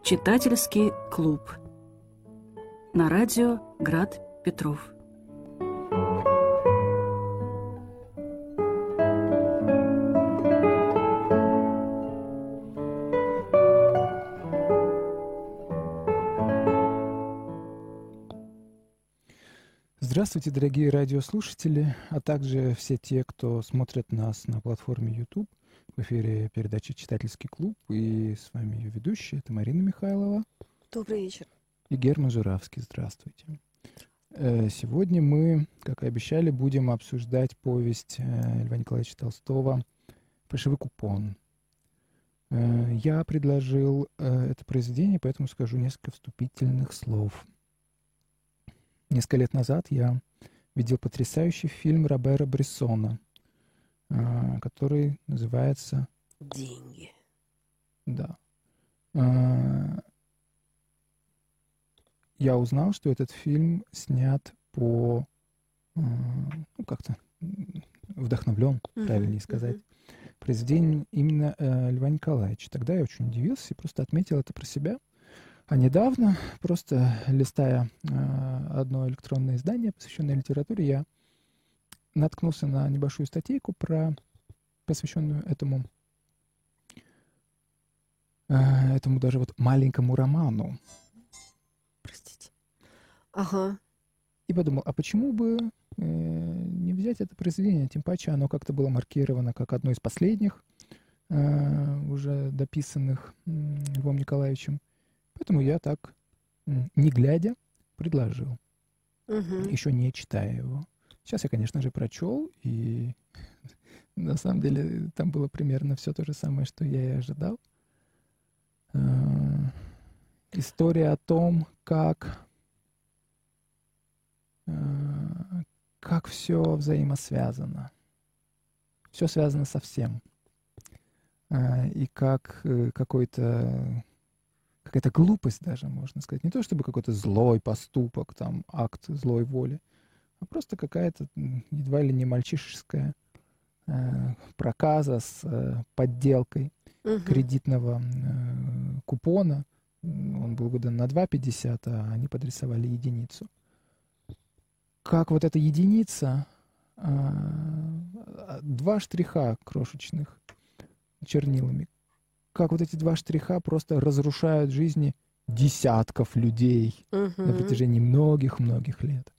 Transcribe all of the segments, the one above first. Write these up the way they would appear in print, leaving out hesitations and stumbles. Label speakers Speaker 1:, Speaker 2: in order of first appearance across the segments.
Speaker 1: Читательский клуб на радио Град Петров.
Speaker 2: Здравствуйте, дорогие радиослушатели, а также все те, кто смотрит нас на платформе YouTube. В эфире передача «Читательский клуб», и с вами ее ведущая, это Марина Михайлова.
Speaker 3: Добрый вечер.
Speaker 2: И Герман Журавский. Здравствуйте. Сегодня мы, как и обещали, будем обсуждать повесть Льва Николаевича Толстого «Фальшивый купон». Я предложил это произведение, поэтому скажу несколько вступительных слов. Несколько лет назад я видел потрясающий фильм Робера Брессона, который называется
Speaker 3: «Деньги».
Speaker 2: Да. Я узнал, что этот фильм снят по... как-то вдохновлен, правильнее сказать, произведением именно Льва Николаевича. Тогда я очень удивился и просто отметил это про себя. А недавно, просто листая одно электронное издание, посвященное литературе, я наткнулся на небольшую статейку, посвященную этому даже вот маленькому роману.
Speaker 3: Простите. Ага.
Speaker 2: И подумал, а почему бы не взять это произведение? Тем паче оно как-то было маркировано как одно из последних, уже дописанных Львом Николаевичем. Поэтому я так, не глядя, предложил, еще не читая его. Сейчас я, конечно же, прочел, и на самом деле там было примерно все то же самое, что я и ожидал. История о том, как все взаимосвязано. Все связано со всем. И как какая-то глупость даже, можно сказать. Не то чтобы какой-то злой поступок, там, акт злой воли, а просто какая-то едва ли не мальчишеская проказа с подделкой кредитного купона. Он был выдан на 2,50, а они подрисовали единицу. Как вот эта единица, 2 штриха крошечных чернилами, как вот эти 2 штриха просто разрушают жизни десятков людей на протяжении многих-многих лет.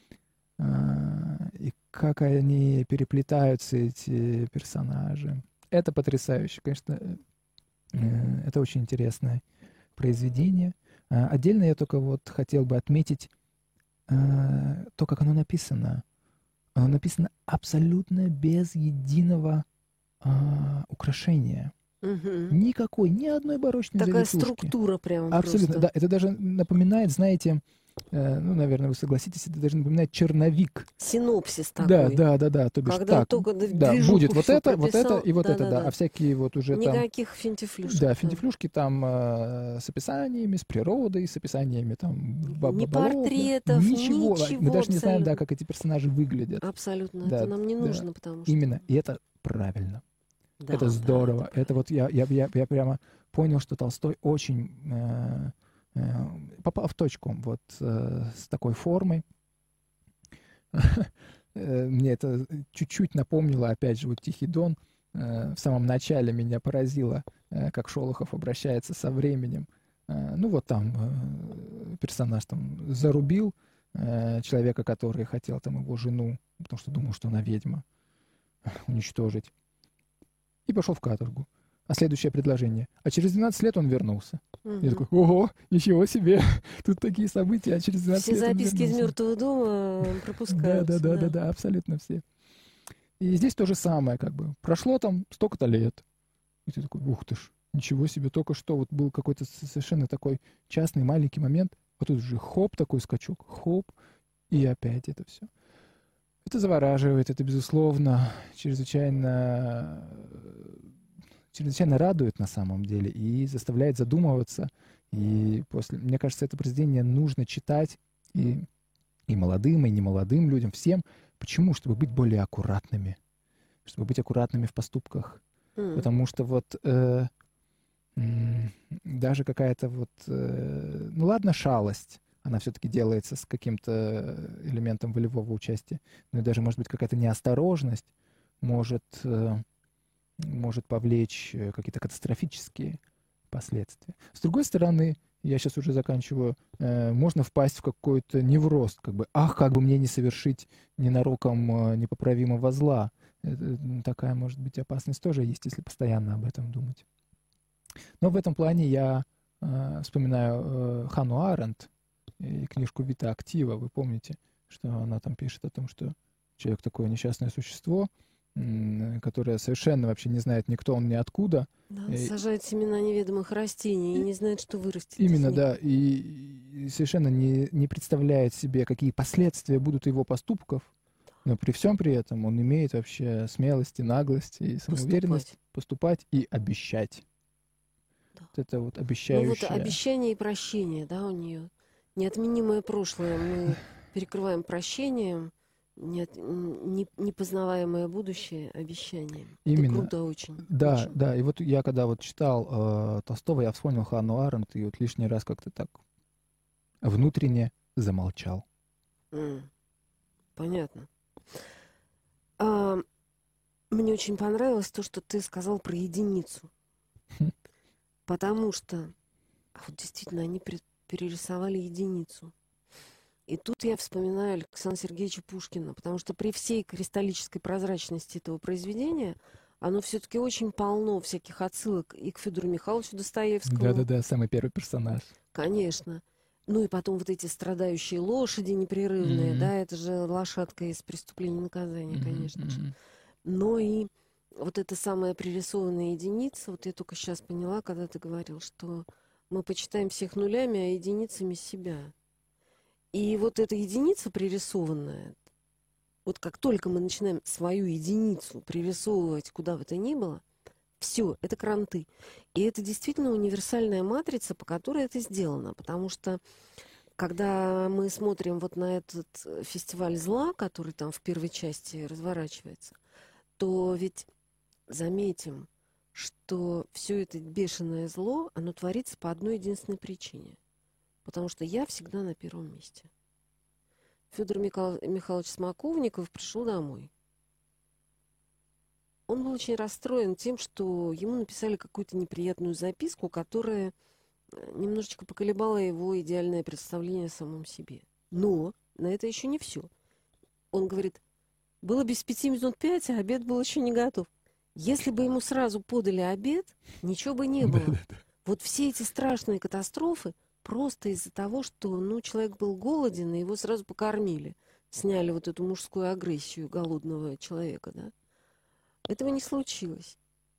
Speaker 2: И как они переплетаются, эти персонажи. Это потрясающе. Конечно, это очень интересное произведение. Отдельно я только вот хотел бы отметить то, как оно написано. Оно написано абсолютно без единого украшения. Никакой, ни одной барочной
Speaker 3: такая
Speaker 2: завитушки.
Speaker 3: Структура прямо
Speaker 2: абсолютно,
Speaker 3: просто.
Speaker 2: да. Это даже напоминает, знаете, наверное, вы согласитесь, это даже напоминает черновик.
Speaker 3: Синопсис такой.
Speaker 2: Да. То бишь,
Speaker 3: когда
Speaker 2: так,
Speaker 3: только
Speaker 2: да, будет вот это и вот это, да. А всякие вот уже
Speaker 3: никаких финтифлюшек.
Speaker 2: Да, финтифлюшки там с описаниями, с природой, с описаниями там
Speaker 3: ни портретов,
Speaker 2: ничего. Мы даже не знаем,
Speaker 3: абсолютно.
Speaker 2: как эти персонажи выглядят.
Speaker 3: Абсолютно.
Speaker 2: Да,
Speaker 3: это нам не нужно, потому что...
Speaker 2: Именно. И это правильно.
Speaker 3: Да,
Speaker 2: это здорово.
Speaker 3: Да,
Speaker 2: это вот я прямо понял, что Толстой очень попал в точку вот с такой формой. Мне это чуть-чуть напомнило, опять же, вот «Тихий Дон». В самом начале меня поразило, как Шолохов обращается со временем. Ну вот там персонаж там зарубил человека, который хотел там его жену, потому что думал, что она ведьма, уничтожить. И пошел в каторгу. А следующее предложение. А через 12 лет он вернулся. Я такой, ого, ничего себе, тут такие события, а через 12 лет
Speaker 3: все
Speaker 2: он
Speaker 3: записки из
Speaker 2: вернулся.
Speaker 3: «Мертвого дома» пропускаются.
Speaker 2: Да, абсолютно все. И здесь то же самое, как бы. Прошло там столько-то лет. И ты такой, ух ты ж, ничего себе, только что вот был какой-то совершенно такой частный маленький момент, а тут же хоп, такой скачок, хоп, и опять это все. Это завораживает, это, безусловно, чрезвычайно радует на самом деле и заставляет задумываться. И мне кажется, это произведение нужно читать и молодым, и немолодым людям, всем. Почему? Чтобы быть более аккуратными. Чтобы быть аккуратными в поступках. Потому что вот даже какая-то вот, ну ладно, шалость, она все-таки делается с каким-то элементом волевого участия, но и даже, может быть, какая-то неосторожность может повлечь какие-то катастрофические последствия. С другой стороны, я сейчас уже заканчиваю, можно впасть в какой-то невроз, как бы, как бы мне не совершить ненароком непоправимого зла. Такая, может быть, опасность тоже есть, если постоянно об этом думать. Но в этом плане я вспоминаю Ханну Аренд и книжку «Вита актива». Вы помните, что она там пишет о том, что человек такое несчастное существо, которое совершенно вообще не знает ни кто он, ни откуда.
Speaker 3: Да, сажает семена неведомых растений и не знает, что вырастет.
Speaker 2: Именно, да. И совершенно не представляет себе, какие последствия будут его поступков. Но при всем при этом он имеет вообще смелость и наглость и самоуверенность поступать и обещать.
Speaker 3: Да.
Speaker 2: Вот это вот обещающее.
Speaker 3: Ну вот обещание и прощение, да, у нее. Неотменимое прошлое мы перекрываем прощением, непознаваемое будущее обещанием.
Speaker 2: Именно.
Speaker 3: Это круто очень.
Speaker 2: Да,
Speaker 3: очень.
Speaker 2: да. И вот я когда вот читал Толстого, я вспомнил Ханну Аренд, и вот лишний раз как-то так внутренне замолчал.
Speaker 3: Понятно. Мне очень понравилось то, что ты сказал про единицу. Потому что вот действительно они перерисовали единицу. И тут я вспоминаю Александра Сергеевича Пушкина, потому что при всей кристаллической прозрачности этого произведения оно все-таки очень полно всяких отсылок и к Федору Михайловичу Достоевскому.
Speaker 2: Да-да-да, самый первый персонаж.
Speaker 3: Конечно. Ну и потом вот эти страдающие лошади непрерывные, да, это же лошадка из «Преступления и наказания», конечно же. Но и вот эта самая пририсованная единица, вот я только сейчас поняла, когда ты говорил, что мы почитаем всех нулями, а единицами себя. И вот эта единица пририсованная, вот как только мы начинаем свою единицу пририсовывать куда бы то ни было, все, это кранты. И это действительно универсальная матрица, по которой это сделано. Потому что, когда мы смотрим вот на этот фестиваль зла, который там в первой части разворачивается, то ведь заметим, что все это бешеное зло, оно творится по одной единственной причине. Потому что я всегда на первом месте. Федор Михайлович Смоковников пришел домой. Он был очень расстроен тем, что ему написали какую-то неприятную записку, которая немножечко поколебала его идеальное представление о самом себе. Но на это еще не все. Он говорит, было без 5 минут 5, а обед был еще не готов. Если бы ему сразу подали обед, ничего бы не было. Вот все эти страшные катастрофы просто из-за того, что человек был голоден, и его сразу покормили. Сняли вот эту мужскую агрессию голодного человека, да. Этого не случилось.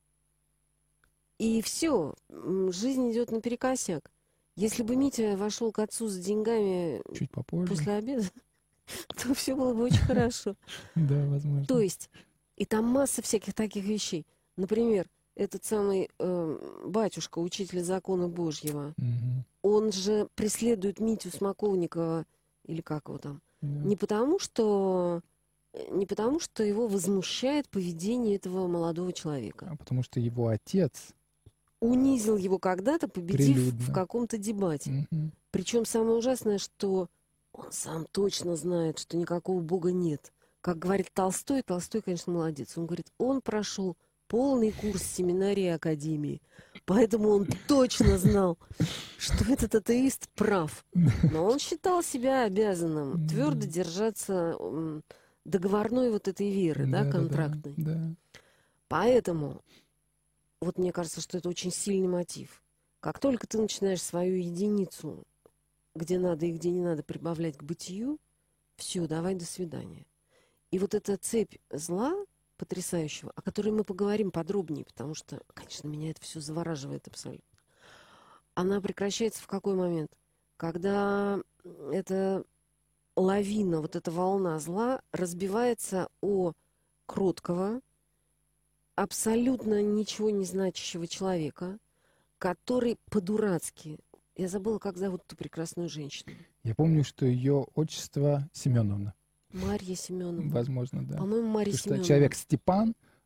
Speaker 3: И все, жизнь идет наперекосяк. Если бы Митя вошел к отцу с деньгами
Speaker 2: чуть попозже
Speaker 3: после обеда, то все было бы очень хорошо.
Speaker 2: Да, возможно.
Speaker 3: То есть, и там масса всяких таких вещей. Например, этот самый батюшка, учитель закона Божьего, он же преследует Митю Смоковникова, или как его там, не потому что его возмущает поведение этого молодого человека.
Speaker 2: А потому что его отец
Speaker 3: унизил его когда-то, победив в каком-то дебате. Причем самое ужасное, что он сам точно знает, что никакого Бога нет. Как говорит Толстой, конечно, молодец. Он говорит, он прошел полный курс семинарии Академии, поэтому он точно знал, что этот атеист прав. Но он считал себя обязанным твердо держаться договорной вот этой веры, да, контрактной.
Speaker 2: Да.
Speaker 3: Поэтому, вот мне кажется, что это очень сильный мотив. Как только ты начинаешь свою единицу, где надо и где не надо, прибавлять к бытию, все, давай, до свидания. И вот эта цепь зла потрясающего, о которой мы поговорим подробнее, потому что, конечно, меня это все завораживает абсолютно. Она прекращается в какой момент? Когда эта лавина, вот эта волна зла разбивается о кроткого, абсолютно ничего не значащего человека, который по-дурацки... Я забыла, как зовут эту прекрасную женщину.
Speaker 2: Я помню, что ее отчество Семеновна.
Speaker 3: Марья Семеновна.
Speaker 2: Возможно, да.
Speaker 3: По-моему, Марья Семеновна.
Speaker 2: Человек Степан,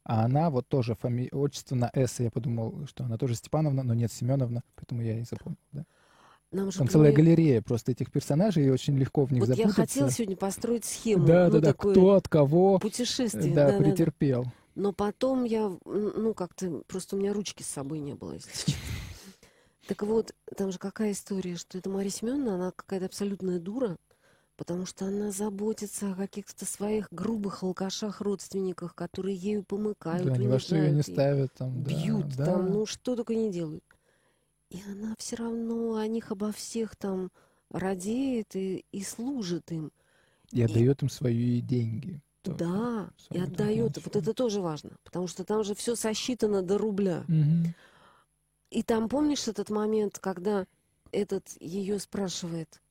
Speaker 2: А она вот тоже отчество на «С», я подумал, что она тоже Степановна, но нет, Семеновна, поэтому я и запомнил, да.
Speaker 3: Нам же
Speaker 2: Там
Speaker 3: про
Speaker 2: целая
Speaker 3: неё-
Speaker 2: галерея просто этих персонажей, и очень легко в них
Speaker 3: Вот я
Speaker 2: запутаться.
Speaker 3: хотела сегодня построить схему,
Speaker 2: Да,
Speaker 3: ну, такое
Speaker 2: кто от кого,
Speaker 3: путешествие,
Speaker 2: да,
Speaker 3: да-да-да.
Speaker 2: претерпел.
Speaker 3: Но потом я, ну, как-то, просто у меня ручки с собой не было, если честно. Так вот, там же какая история, что эта Марья Семеновна, она какая-то абсолютная дура, потому что она заботится о каких-то своих грубых алкашах-родственниках, которые ею помыкают,
Speaker 2: Да, ни во что ее не
Speaker 3: унижают её,
Speaker 2: ставят там, да,
Speaker 3: бьют
Speaker 2: да.
Speaker 3: там, ну, что только не делают. И она все равно о них обо всех там радеет и служит им.
Speaker 2: И отдает им свои деньги. тоже,
Speaker 3: Да, и
Speaker 2: свою эту
Speaker 3: отдает. Вот
Speaker 2: пенсию.
Speaker 3: это тоже важно, потому что там же все сосчитано до рубля.
Speaker 2: Мгм.
Speaker 3: И там помнишь этот момент, когда этот ее спрашивает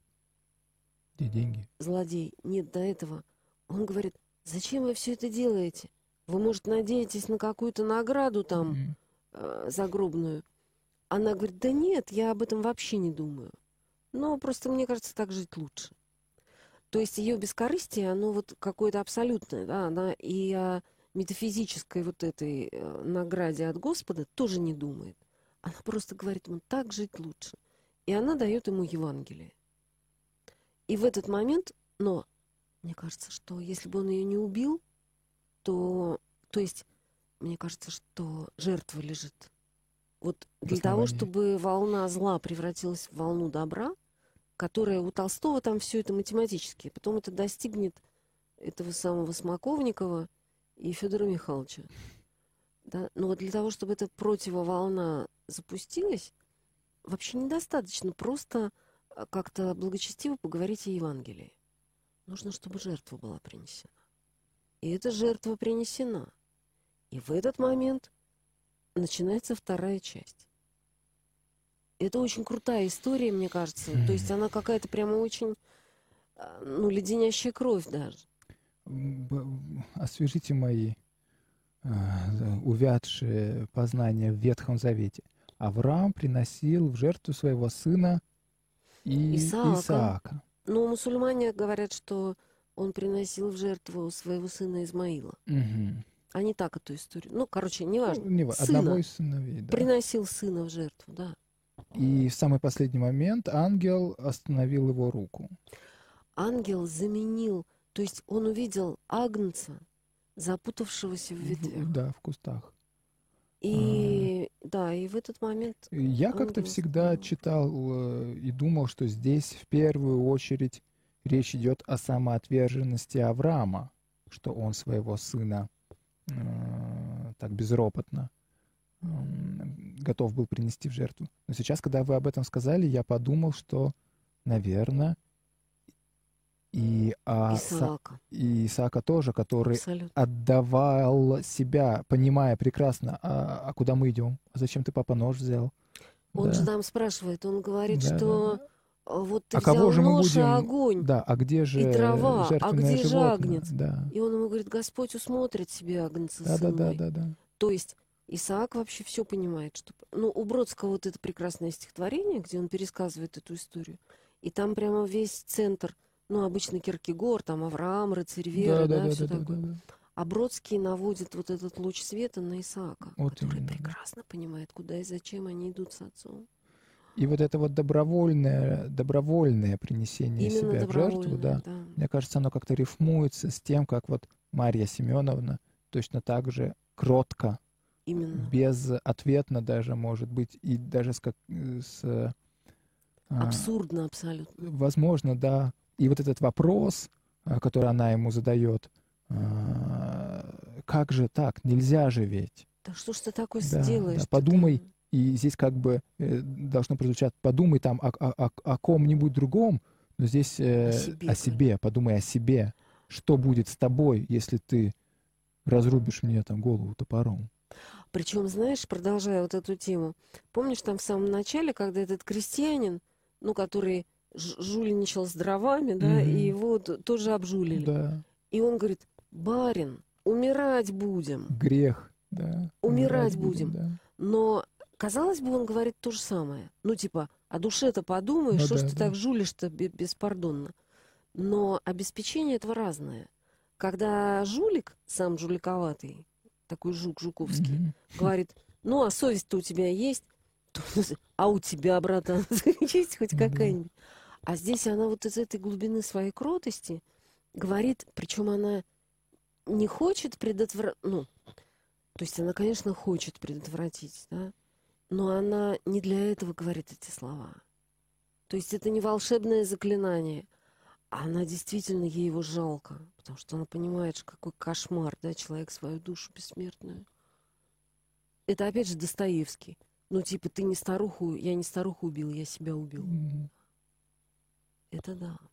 Speaker 2: Где деньги?
Speaker 3: злодей? Нет, до этого. Он говорит: зачем вы все это делаете? Вы, может, надеетесь на какую-то награду там
Speaker 2: Мгм.
Speaker 3: загробную? Она говорит: да нет, я об этом вообще не думаю. Но просто мне кажется, так жить лучше. То есть ее бескорыстие, оно вот какое-то абсолютное, да, она и о метафизической вот этой награде от Господа тоже не думает. Она просто говорит ему: так жить лучше. И она дает ему Евангелие. И в этот момент, но мне кажется, что если бы он ее не убил, то есть, мне кажется, что жертва лежит. Вот для того,
Speaker 2: основании.
Speaker 3: чтобы волна зла превратилась в волну добра, которая у Толстого там все это математически. Потом это достигнет этого самого Смоковникова и Федора Михайловича. Да? Но вот для того, чтобы эта противоволна запустилась, вообще недостаточно просто как-то благочестиво поговорить о Евангелии. Нужно, чтобы жертва была принесена. И эта жертва принесена. И в этот момент начинается вторая часть. Это очень крутая история, мне кажется. То есть она какая-то прямо очень, ну, леденящая кровь даже.
Speaker 2: Освежите мои увядшие познания в Ветхом Завете. Авраам приносил в жертву своего сына Исаака.
Speaker 3: Но мусульмане говорят, что он приносил в жертву своего сына Измаила.
Speaker 2: Угу.
Speaker 3: А не так эту историю. Ну, короче, неважно.
Speaker 2: Одного из сыновей, да.
Speaker 3: Приносил сына в жертву, да.
Speaker 2: И в самый последний момент ангел остановил его руку.
Speaker 3: Ангел заменил, то есть он увидел агнца, запутавшегося в ветвях.
Speaker 2: Да, в кустах.
Speaker 3: И да, и в этот момент...
Speaker 2: Я как-то всегда читал и думал, что здесь в первую очередь речь идет о самоотверженности Авраама, что он своего сына так безропотно готов был принести в жертву. Но сейчас, когда вы об этом сказали, я подумал, что, наверное, и Исаака тоже, который отдавал себя, понимая прекрасно, а куда мы идем, а зачем ты, папа, нож взял?
Speaker 3: Он же там спрашивает, он говорит,
Speaker 2: Да,
Speaker 3: что
Speaker 2: да.
Speaker 3: вот ты
Speaker 2: кого
Speaker 3: взял
Speaker 2: же мы
Speaker 3: нож
Speaker 2: будем...
Speaker 3: и огонь,
Speaker 2: да, а где же
Speaker 3: и трава, а где же
Speaker 2: животное?
Speaker 3: агнец?
Speaker 2: Да.
Speaker 3: И он ему говорит: Господь усмотрит себе агнца,
Speaker 2: да,
Speaker 3: сын мой.
Speaker 2: Да.
Speaker 3: То есть Исаак вообще все понимает. Что... Ну, у Бродского вот это прекрасное стихотворение, где он пересказывает эту историю. И там прямо весь центр, ну, обычно Киркегор, там Авраам, рыцарь веры, все такое. Да. А Бродский наводит вот этот луч света на Исаака,
Speaker 2: вот
Speaker 3: который
Speaker 2: именно,
Speaker 3: прекрасно понимает, куда и зачем они идут с отцом.
Speaker 2: И вот это вот добровольное принесение
Speaker 3: именно
Speaker 2: себя в жертву, да, мне кажется, оно как-то рифмуется с тем, как вот Марья Семеновна точно так же кротко, безответно даже, может быть, и даже
Speaker 3: абсурдно абсолютно.
Speaker 2: Возможно, да. И вот этот вопрос, который она ему задает, как же так, нельзя же ведь.
Speaker 3: Да что ж ты такое сделаешь?
Speaker 2: Да, подумай, и здесь как бы должно прозвучать: подумай там о ком-нибудь другом, но здесь о себе, подумай о себе. Что будет с тобой, если ты разрубишь мне там голову топором?
Speaker 3: Причем, знаешь, продолжая вот эту тему, помнишь, там в самом начале, когда этот крестьянин, ну, который жульничал с дровами, да, и его тоже обжулили.
Speaker 2: Да.
Speaker 3: И он говорит: барин, умирать будем.
Speaker 2: Грех, да.
Speaker 3: Умирать будем.
Speaker 2: Да.
Speaker 3: Но, казалось бы, он говорит то же самое. Ну, типа, о душе-то подумай, что ж ты так жулишь-то беспардонно. Но обеспечение этого разное. Когда жулик, сам жуликоватый, такой жук жуковский, говорит, ну, а совесть-то у тебя есть? А у тебя, братан, есть хоть какая-нибудь? А здесь она вот из этой глубины своей кротости говорит, причем она не хочет предотвратить, ну, то есть она, конечно, хочет предотвратить, да, но она не для этого говорит эти слова. То есть это не волшебное заклинание, а она действительно, ей его жалко, потому что она понимает, что какой кошмар, да, человек свою душу бессмертную. Это опять же Достоевский. Ну, типа, ты не старуху, я не старуху убил, я себя убил. Это да.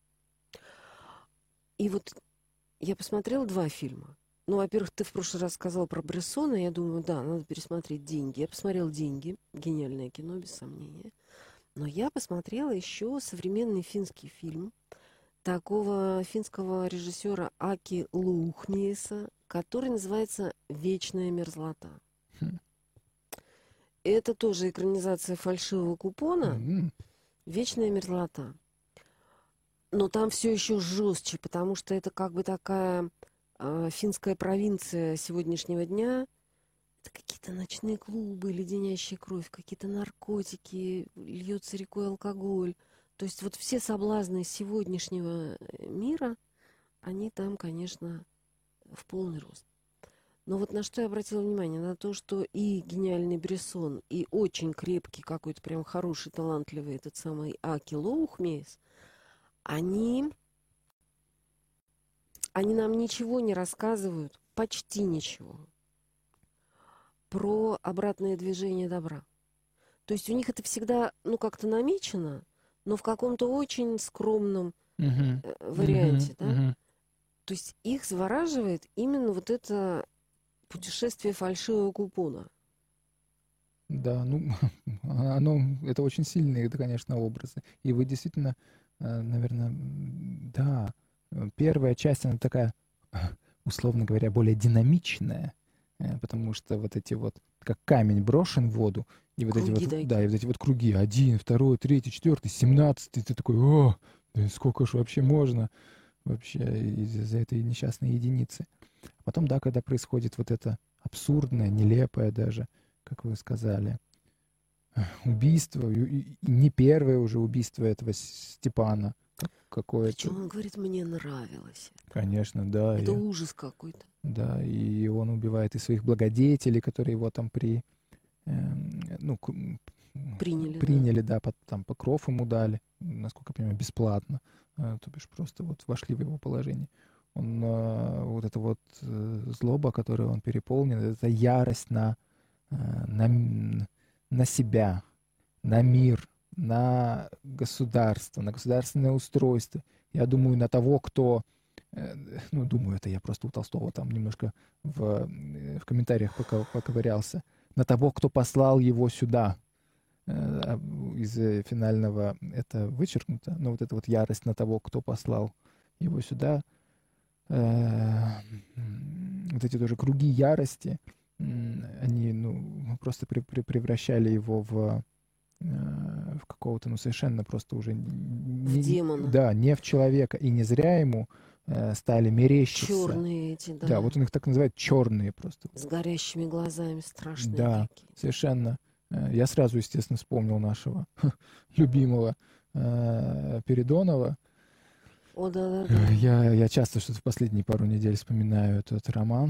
Speaker 3: И вот я посмотрела 2 фильма. Ну, во-первых, ты в прошлый раз сказал про Брессона, я думаю, да, надо пересмотреть «Деньги». Я посмотрела «Деньги», гениальное кино, без сомнения. Но я посмотрела еще современный финский фильм такого финского режиссера Аки Луухмиеса, который называется «Вечная мерзлота». Это тоже экранизация «Фальшивого купона». «Вечная мерзлота». Но там все еще жестче, потому что это как бы такая финская провинция сегодняшнего дня. Это какие-то ночные клубы, леденящая кровь, какие-то наркотики, льется рекой алкоголь. То есть вот все соблазны сегодняшнего мира, они там, конечно, в полный рост. Но вот на что я обратила внимание? На то, что и гениальный Брессон, и очень крепкий, какой-то прям хороший, талантливый этот самый Аки Лоухмейс, они нам ничего не рассказывают, почти ничего, про обратное движение добра. То есть у них это всегда, ну, как-то намечено, но в каком-то очень скромном варианте, да? То есть их завораживает именно вот это путешествие фальшивого купона.
Speaker 2: Да, ну, это очень сильные, это, конечно, образы. И вы действительно, наверное, да, первая часть, она такая, условно говоря, более динамичная, потому что вот эти вот, как камень брошен в воду, и вот
Speaker 3: круги
Speaker 2: эти вот,
Speaker 3: такие.
Speaker 2: да, и вот эти вот круги, 1, 2, 3, 4, 17, ты такой, о, да сколько ж вообще можно вообще из-за этой несчастной единицы. А потом, да, когда происходит вот это абсурдное, нелепое даже, как вы сказали, убийство, и не первое уже убийство этого Степана, какое-то.
Speaker 3: Причем он говорит, мне нравилось.
Speaker 2: Конечно, да.
Speaker 3: Это ужас какой-то.
Speaker 2: Да, и он убивает и своих благодетелей, которые его там приняли, да, там покров ему дали, насколько я понимаю, бесплатно, то бишь просто вот вошли в его положение. Он, вот эта вот злоба, которой он переполнен, это ярость на себя, на мир, на государство, на государственное устройство. Я думаю, на того, кто... думаю, это я просто у Толстого там немножко в комментариях поковырялся. На того, кто послал его сюда. Из финального это вычеркнуто. Но вот эта вот ярость на того, кто послал его сюда. Вот эти тоже круги ярости, они, просто превращали его в какого-то, совершенно просто уже...
Speaker 3: В демона.
Speaker 2: Да, не в человека. И не зря ему стали мерещиться.
Speaker 3: Черные эти, да.
Speaker 2: Да, вот он их так называет, черные просто.
Speaker 3: С горящими глазами, страшные
Speaker 2: да,
Speaker 3: такие.
Speaker 2: Совершенно. Я сразу, естественно, вспомнил нашего любимого Передонова.
Speaker 3: О, да.
Speaker 2: Я часто что-то в последние пару недель вспоминаю этот роман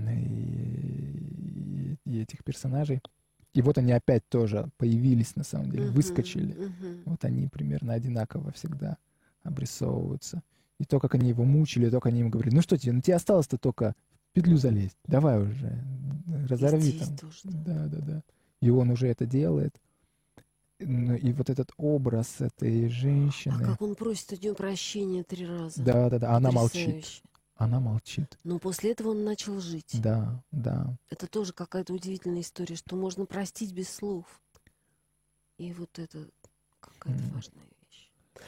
Speaker 2: и этих персонажей. И вот они опять тоже появились, на самом деле, выскочили. Вот они примерно одинаково всегда обрисовываются. И то, как они его мучили, то, как они ему говорили, ну что тебе, тебе осталось-то только в петлю залезть. Давай уже, разорви там.
Speaker 3: Тоже.
Speaker 2: Да. И он уже это делает. И вот этот образ этой женщины...
Speaker 3: А как он просит у нее прощения 3 раза.
Speaker 2: Да. Она молчит. Она молчит.
Speaker 3: Но после этого он начал жить.
Speaker 2: Да.
Speaker 3: Это тоже какая-то удивительная история, что можно простить без слов. И вот это какая-то важная вещь.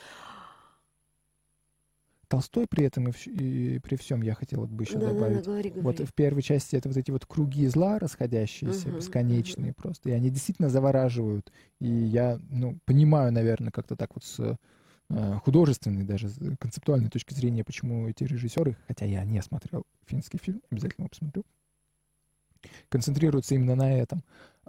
Speaker 2: Толстой при этом и при всем, я хотел бы еще добавить.
Speaker 3: Говори.
Speaker 2: Вот в первой части это вот эти вот круги зла расходящиеся, бесконечные просто. И они действительно завораживают. И я, понимаю, наверное, как-то так вот с художественной, даже с концептуальной точки зрения, почему эти режиссеры, хотя я не смотрел финский фильм, обязательно его посмотрю, концентрируется именно на этом.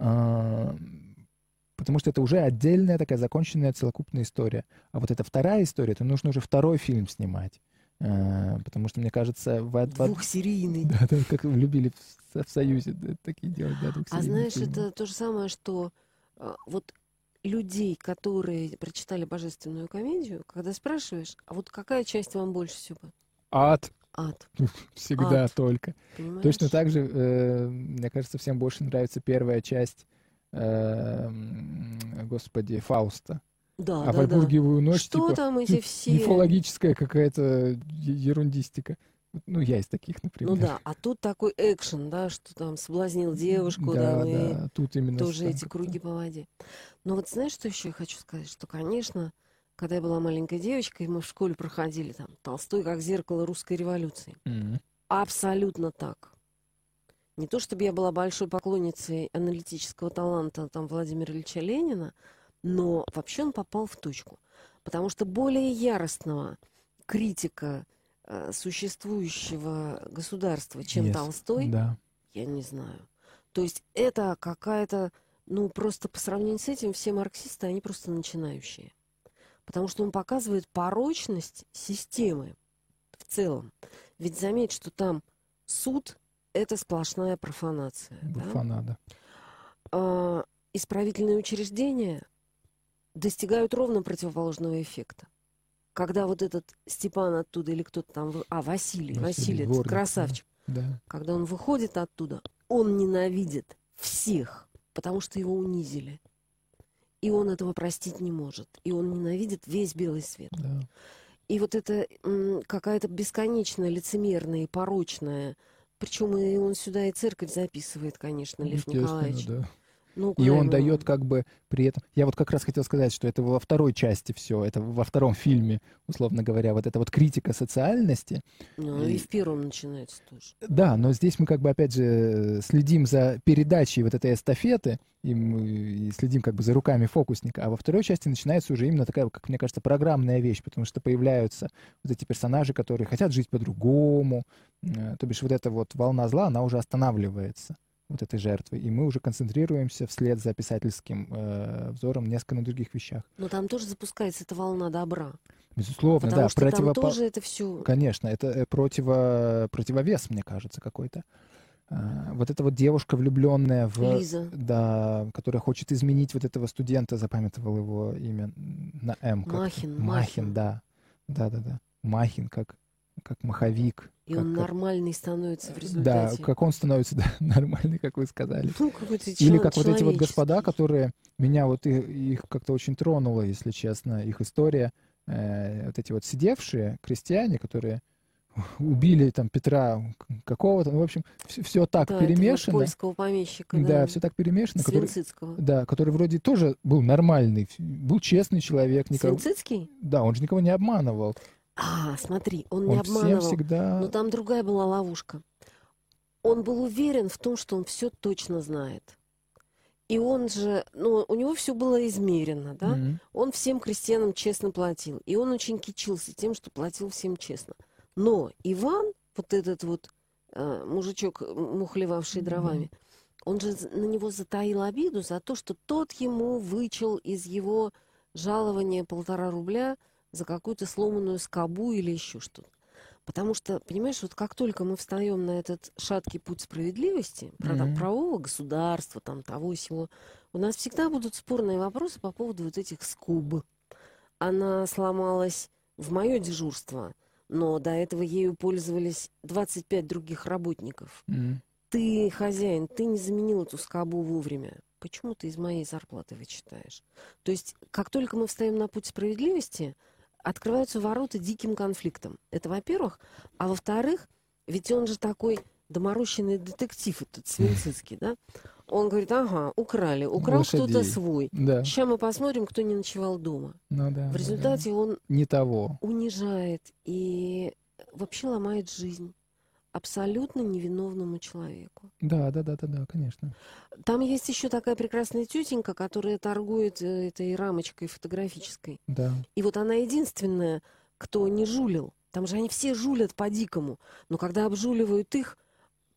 Speaker 2: Потому что это уже отдельная такая законченная целокупная история. А вот эта вторая история, то нужно уже второй фильм снимать. Потому что, мне кажется...
Speaker 3: Двухсерийный.
Speaker 2: Да, как любили в Союзе такие делать, да, двухсерийные
Speaker 3: А знаешь,
Speaker 2: фильмы.
Speaker 3: это то же самое, что вот людей, которые прочитали «Божественную комедию», когда спрашиваешь, а вот какая часть вам больше всего?
Speaker 2: Ад.
Speaker 3: Ад.
Speaker 2: Всегда
Speaker 3: Ад.
Speaker 2: только.
Speaker 3: Понимаешь?
Speaker 2: Точно так же, мне кажется, всем больше нравится первая часть, господи, Фауста.
Speaker 3: Да,
Speaker 2: А
Speaker 3: да,
Speaker 2: Вальпургиевую ночь,
Speaker 3: что
Speaker 2: типа,
Speaker 3: там эти все...
Speaker 2: мифологическая какая-то ерундистика. Ну, я из таких, например.
Speaker 3: Ну да, а тут такой экшен, да, что там соблазнил девушку,
Speaker 2: Да,
Speaker 3: там, и
Speaker 2: да, тут именно
Speaker 3: тоже
Speaker 2: там
Speaker 3: эти
Speaker 2: как-то...
Speaker 3: круги по воде. Но вот знаешь, что еще я хочу сказать? Что, конечно, когда я была маленькой девочкой, мы в школе проходили там Толстой как зеркало русской революции.
Speaker 2: Мгм.
Speaker 3: Абсолютно так. Не то чтобы я была большой поклонницей аналитического таланта там Владимира Ильича Ленина, но вообще он попал в точку. Потому что более яростного критика существующего государства, чем
Speaker 2: Yes.
Speaker 3: Толстой,
Speaker 2: Да.
Speaker 3: я не знаю. То есть это какая-то, ну просто по сравнению с этим все марксисты, они просто начинающие. Потому что он показывает порочность системы в целом. Ведь заметь, что там суд — это сплошная профанация. Да?
Speaker 2: Буфанада.
Speaker 3: Исправительные учреждения достигают ровно противоположного эффекта. Когда вот этот Степан оттуда или кто-то там... Василий, этот
Speaker 2: Дворник,
Speaker 3: красавчик.
Speaker 2: Да.
Speaker 3: Когда он выходит оттуда, он ненавидит всех, потому что его унизили. И он этого простить не может. И он ненавидит весь белый свет.
Speaker 2: Да.
Speaker 3: И вот это какая-то бесконечная, лицемерная и порочная... Причем и он сюда и церковь записывает, конечно, Лев
Speaker 2: Естественно,
Speaker 3: Николаевич.
Speaker 2: да.
Speaker 3: Ну,
Speaker 2: И он
Speaker 3: ему-
Speaker 2: дает как бы при этом... Я вот как раз хотел сказать, что это во второй части все, это во втором фильме, условно говоря, вот эта вот критика социальности.
Speaker 3: Ну, и в первом начинается тоже.
Speaker 2: Да, но здесь мы как бы опять же следим за передачей вот этой эстафеты и следим как бы за руками фокусника, а во второй части начинается уже именно такая, как мне кажется, программная вещь, потому что появляются вот эти персонажи, которые хотят жить по-другому, то бишь вот эта вот волна зла, она уже останавливается вот этой жертвы, и мы уже концентрируемся вслед за писательским взором несколько на других вещах.
Speaker 3: Но там тоже запускается эта волна добра.
Speaker 2: Безусловно,
Speaker 3: Потому
Speaker 2: да,
Speaker 3: что там тоже это все...
Speaker 2: Конечно, это противовес, мне кажется, какой-то. Вот эта вот девушка, влюбленная в...
Speaker 3: Лиза.
Speaker 2: Да, которая хочет изменить вот этого студента, запамятовал его имя на М.
Speaker 3: Махин.
Speaker 2: Да. Да. Махин, как маховик.
Speaker 3: И
Speaker 2: как,
Speaker 3: он
Speaker 2: как-
Speaker 3: нормальный становится в
Speaker 2: Да,
Speaker 3: результате.
Speaker 2: как он становится нормальный, как вы сказали.
Speaker 3: Ну, какой-то
Speaker 2: Или как вот эти вот
Speaker 3: человеческий.
Speaker 2: господа, которые... Меня вот их как-то очень тронуло, если честно, их история. Вот эти вот сидевшие крестьяне, которые убили там Петра какого-то, ну, в общем, все так
Speaker 3: Да, этого
Speaker 2: перемешано.
Speaker 3: польского помещика,
Speaker 2: Да,
Speaker 3: да.
Speaker 2: все так перемешано.
Speaker 3: Свинцицкого.
Speaker 2: Да, который вроде тоже был нормальный, был честный человек.
Speaker 3: Свинцицкий?
Speaker 2: Да, он же никого не обманывал.
Speaker 3: Смотри, он не
Speaker 2: Он всем
Speaker 3: обманывал.
Speaker 2: всегда...
Speaker 3: Но там другая была ловушка. Он был уверен в том, что он все точно знает. И он же, ну, у него все было измерено, да?
Speaker 2: Мгм.
Speaker 3: Он всем крестьянам честно платил. И он очень кичился тем, что платил всем честно. Но Иван, вот этот вот мужичок, мухлевавший дровами, он же на него затаил обиду за то, что тот ему вычел из его жалования 1,5 рубля за какую-то сломанную скобу или еще что-то. Потому что, понимаешь, вот как только мы встаем на этот шаткий путь справедливости, правового государства, там, того и сего, у нас всегда будут спорные вопросы по поводу вот этих скоб. Она сломалась в мое дежурство, но до этого ею пользовались 25 других работников.
Speaker 2: Мгм.
Speaker 3: Ты, хозяин, ты не заменил эту скобу вовремя. Почему ты из моей зарплаты вычитаешь? То есть, как только мы встаем на путь справедливости, открываются ворота диким конфликтам. Это во-первых. А во-вторых, ведь он же такой доморощенный детектив, этот Свинцицкий, да? Он говорит, украл кто-то
Speaker 2: Лошадей.
Speaker 3: свой.
Speaker 2: Да,
Speaker 3: Сейчас мы посмотрим, кто не ночевал дома.
Speaker 2: ну да.
Speaker 3: В
Speaker 2: да,
Speaker 3: результате он
Speaker 2: да. Не того.
Speaker 3: унижает и вообще ломает жизнь абсолютно невиновному человеку.
Speaker 2: Да, конечно.
Speaker 3: Там есть еще такая прекрасная тетенька, которая торгует этой рамочкой фотографической.
Speaker 2: Да.
Speaker 3: И вот она единственная, кто не жулил. Там же они все жулят по-дикому. Но когда обжуливают их,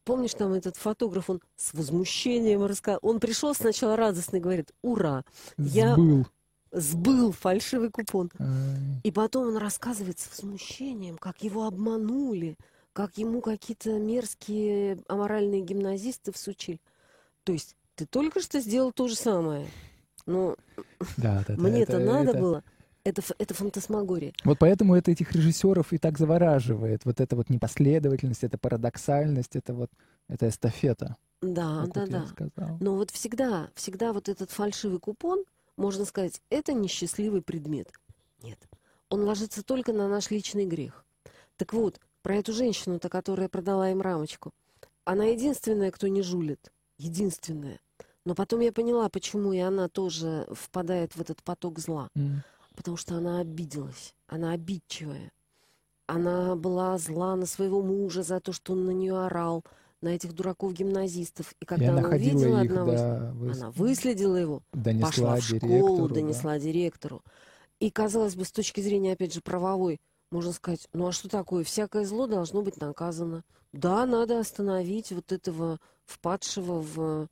Speaker 3: помнишь, там этот фотограф, он с возмущением рассказал. Он пришел сначала радостный, говорит: ура, я сбыл фальшивый купон. И потом он рассказывает с возмущением, как его обманули, как ему какие-то мерзкие аморальные гимназисты всучили. То есть ты только что сделал то же самое. Но мне-то надо было. Это фантасмагория.
Speaker 2: Вот поэтому это этих режиссеров и так завораживает. Вот эта вот непоследовательность, эта парадоксальность, это эстафета.
Speaker 3: Да. Но вот всегда вот этот фальшивый купон, можно сказать, это несчастливый предмет. Нет. Он ложится только на наш личный грех. Так вот, про эту женщину-то, которая продала им рамочку. Она единственная, кто не жулит. Единственная. Но потом я поняла, почему и она тоже впадает в этот поток зла. Потому что она обиделась. Она обидчивая. Она была зла на своего мужа за то, что он на нее орал, на этих дураков-гимназистов. И когда она увидела одного, она выследила его, пошла в школу, донесла директору. И, казалось бы, с точки зрения, опять же, правовой, можно сказать, ну а что такое? Всякое зло должно быть наказано. Да, надо остановить вот этого впадшего в...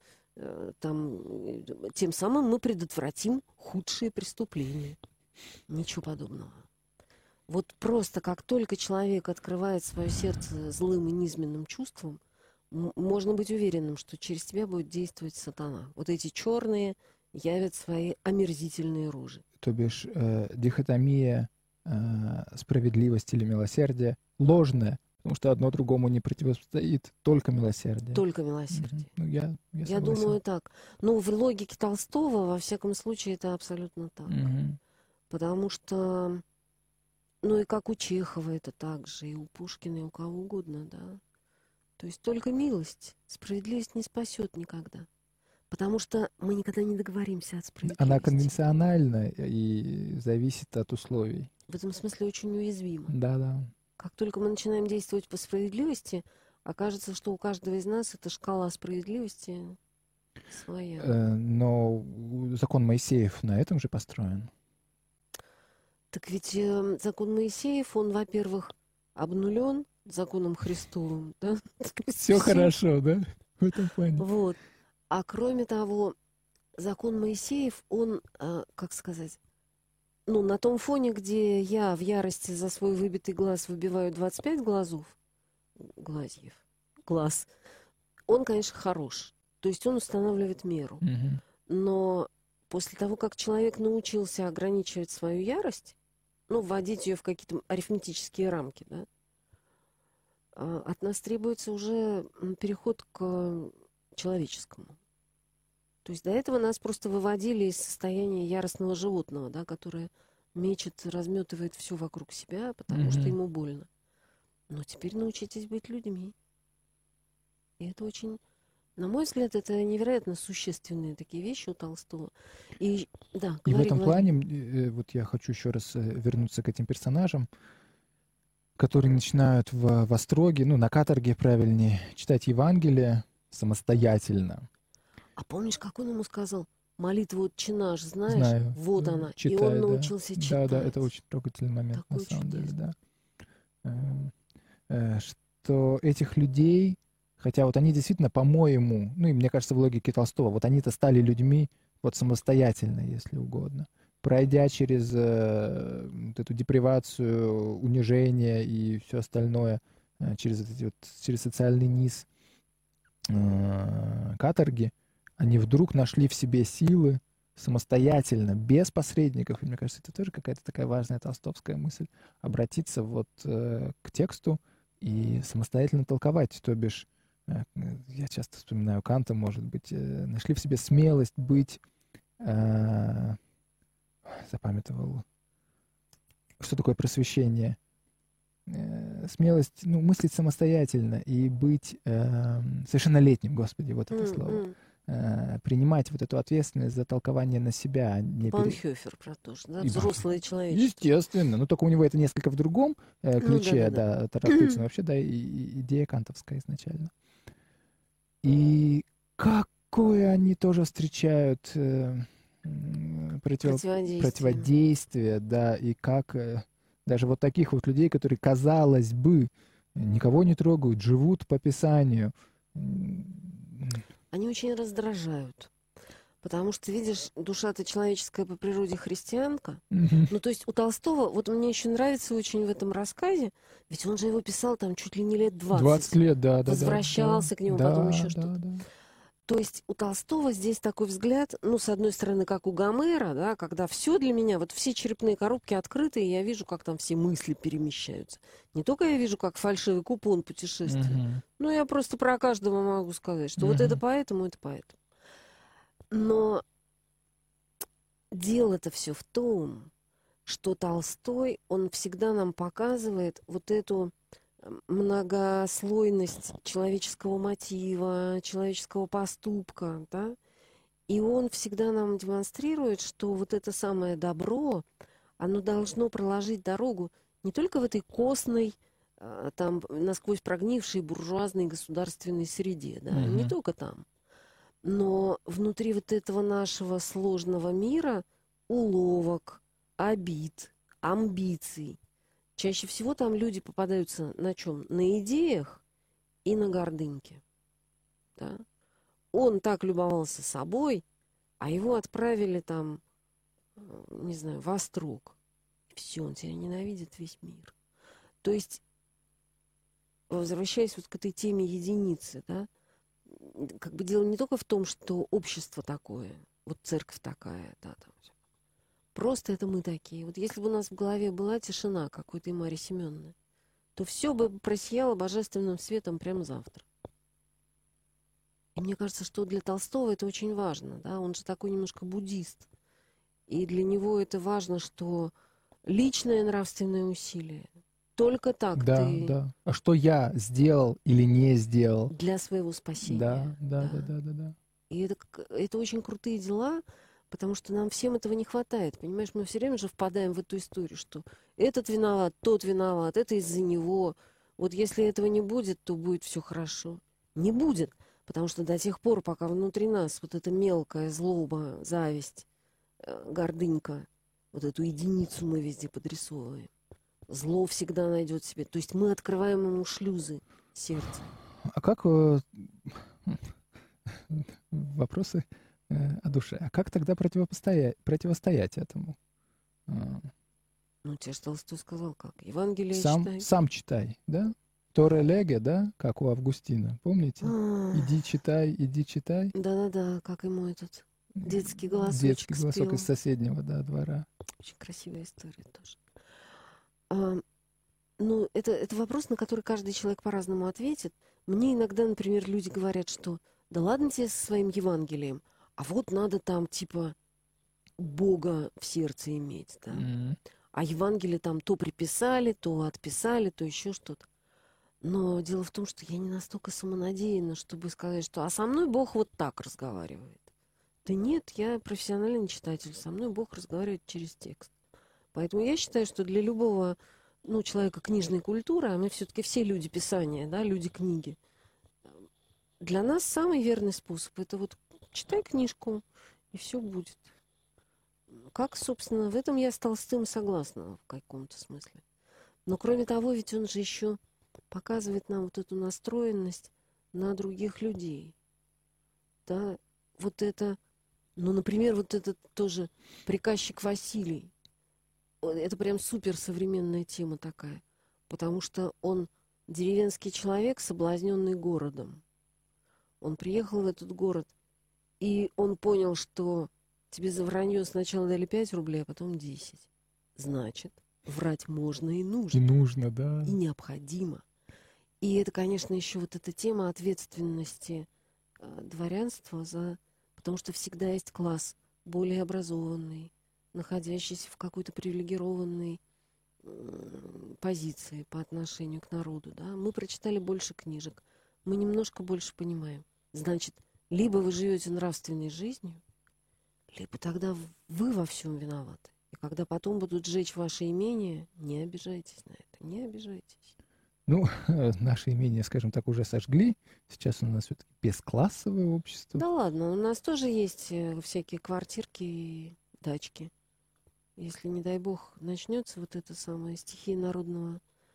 Speaker 3: тем самым мы предотвратим худшие преступления. Ничего подобного. Вот просто как только человек открывает свое сердце злым и низменным чувством, можно быть уверенным, что через тебя будет действовать сатана. Вот эти черные явят свои омерзительные рожи.
Speaker 2: То бишь дихотомия справедливости или милосердия ложная, потому что одно другому не противостоит, только милосердие.
Speaker 3: Только милосердие.
Speaker 2: Ну,
Speaker 3: я думаю так. Ну, в логике Толстого, во всяком случае, это абсолютно так. Потому что, ну и как у Чехова это так же, и у Пушкина, и у кого угодно, да. То есть только милость, справедливость не спасет никогда. Потому что мы никогда не договоримся от справедливости.
Speaker 2: Она конвенциональна и зависит от условий.
Speaker 3: В этом смысле очень уязвима.
Speaker 2: Да.
Speaker 3: Как только мы начинаем действовать по справедливости, окажется, что у каждого из нас эта шкала справедливости своя.
Speaker 2: Но закон Моисеев на этом же построен.
Speaker 3: Так ведь закон Моисеев, он, во-первых, обнулен законом Христовым, да?
Speaker 2: Все хорошо, да? В этом плане.
Speaker 3: Вот. А кроме того, закон Моисеев, он, как сказать, ну, на том фоне, где я в ярости за свой выбитый глаз выбиваю 25 глаз, он, конечно, хорош. То есть он устанавливает меру. Но после того, как человек научился ограничивать свою ярость, ну, вводить ее в какие-то арифметические рамки, да, от нас требуется уже переход к человеческому. То есть до этого нас просто выводили из состояния яростного животного, да, которое мечет, разметывает все вокруг себя, потому что ему больно. Но теперь научитесь быть людьми. И это очень, на мой взгляд, это невероятно существенные такие вещи у Толстого. И
Speaker 2: в этом плане, вот я хочу еще раз вернуться к этим персонажам, которые начинают в остроге, ну, на каторге, правильнее, читать Евангелие самостоятельно.
Speaker 3: А помнишь, как он ему сказал? Молитву «Отче наш», знаешь?
Speaker 2: Знаю.
Speaker 3: Вот она.
Speaker 2: Читай,
Speaker 3: и он научился читать.
Speaker 2: Да, это очень трогательный момент, такой на самом деле, да. Что этих людей, хотя вот они действительно, по-моему, ну и мне кажется, в логике Толстого, вот они-то стали людьми вот самостоятельно, если угодно. Пройдя через эту депривацию, унижение и все остальное, через социальный низ каторги, они вдруг нашли в себе силы самостоятельно, без посредников. И мне кажется, это тоже какая-то такая важная толстовская мысль. Обратиться вот к тексту и самостоятельно толковать. То бишь, я часто вспоминаю Канта, может быть, нашли в себе смелость быть... запамятовал. Что такое просвещение? Смелость, ну, мыслить самостоятельно и быть совершеннолетним, Господи, вот это слово. Принимать вот эту ответственность за толкование на себя.
Speaker 3: Бонхёфер про то же, да? Взрослое человечество.
Speaker 2: Естественно. Но только у него это несколько в другом ключе, да, это раскрыться. Но вообще, да, идея кантовская изначально. И какое они тоже встречают противодействие, да, и как даже вот таких вот людей, которые, казалось бы, никого не трогают, живут по Писанию,
Speaker 3: Они очень раздражают. Потому что, видишь, душа-то человеческая по природе христианка. Ну, то есть у Толстого, вот мне еще нравится очень в этом рассказе, ведь он же его писал там чуть ли не лет 20.
Speaker 2: 20 лет, да.
Speaker 3: Возвращался к нему, потом еще что-то.
Speaker 2: Да.
Speaker 3: То есть у Толстого здесь такой взгляд, ну, с одной стороны, как у Гомера, да, когда все для меня, вот все черепные коробки открыты, и я вижу, как там все мысли перемещаются. Не только я вижу, как фальшивый купон путешествия, но я просто про каждого могу сказать, что вот это поэтому, это поэтому. Но дело-то все в том, что Толстой, он всегда нам показывает вот эту многослойность человеческого мотива, человеческого поступка, да? И он всегда нам демонстрирует, что вот это самое добро, оно должно проложить дорогу не только в этой костной, там, насквозь прогнившей буржуазной государственной среде, да, не только там. Но внутри вот этого нашего сложного мира уловок, обид, амбиций. Чаще всего там люди попадаются на чем? На идеях и на гордыньке. Да? Он так любовался собой, а его отправили там, не знаю, в Острог. И все, он тебя ненавидит весь мир. То есть, возвращаясь вот к этой теме единицы, да, как бы дело не только в том, что общество такое, вот церковь такая, да, там всё. Просто это мы такие. Вот если бы у нас в голове была тишина, как у этой Марьи Семеновны, то все бы просияло божественным светом прямо завтра. И мне кажется, что для Толстого это очень важно, да, он же такой немножко буддист. И для него это важно, что личное нравственное усилие. Только так ты...
Speaker 2: Да. А что я сделал или не сделал?
Speaker 3: Для своего спасения.
Speaker 2: Да.
Speaker 3: И это очень крутые дела, потому что нам всем этого не хватает. Понимаешь, мы все время же впадаем в эту историю, что этот виноват, тот виноват, это из-за него. Вот если этого не будет, то будет все хорошо. Не будет, потому что до тех пор, пока внутри нас вот эта мелкая злоба, зависть, гордынька, вот эту единицу мы везде подрисовываем. Зло всегда найдет себе. То есть мы открываем ему шлюзы сердца.
Speaker 2: А как вопросы о душе? А как тогда противостоять этому?
Speaker 3: Ну, тебе же Толстой сказал, как? Евангелие читай.
Speaker 2: Сам читай, да? Торе леге, да? Как у Августина. Помните? Иди читай.
Speaker 3: Да, как ему этот детский голосочек
Speaker 2: Детский голосок
Speaker 3: спел.
Speaker 2: из соседнего, да, двора.
Speaker 3: Очень красивая история тоже. Ну, это вопрос, на который каждый человек по-разному ответит. Мне иногда, например, люди говорят, что да ладно тебе со своим Евангелием, а вот надо там, типа, Бога в сердце иметь, да? А Евангелие там то приписали, то отписали, то еще что-то. Но дело в том, что я не настолько самонадеянна, чтобы сказать, что «а со мной Бог вот так разговаривает». Да нет, я профессиональный читатель, со мной Бог разговаривает через текст. Поэтому я считаю, что для любого человека книжной культуры, а мы все-таки все люди писания, да, люди книги, для нас самый верный способ – это вот читай книжку, и все будет. Как, собственно, в этом я с Толстым согласна в каком-то смысле. Но кроме того, ведь он же еще показывает нам вот эту настроенность на других людей. Да, вот это, например, вот этот тоже приказчик Василий. Это прям суперсовременная тема такая. Потому что он деревенский человек, соблазненный городом. Он приехал в этот город, и он понял, что тебе за вранье сначала дали 5 рублей, а потом 10. Значит, врать можно и нужно.
Speaker 2: И нужно, да.
Speaker 3: И необходимо. И это, конечно, еще вот эта тема ответственности дворянства потому что всегда есть класс более образованный, находящийся в какой-то привилегированной позиции по отношению к народу. Да? Мы прочитали больше книжек, мы немножко больше понимаем. Значит, либо вы живете нравственной жизнью, либо тогда вы во всем виноваты. И когда потом будут сжечь ваше имение, не обижайтесь на это, не обижайтесь.
Speaker 2: Ну, наше имение, скажем так, уже сожгли. Сейчас у нас все-таки бесклассовое общество.
Speaker 3: Да ладно, у нас тоже есть всякие квартирки и дачки. Если, не дай бог, начнется вот эта самая стихия народного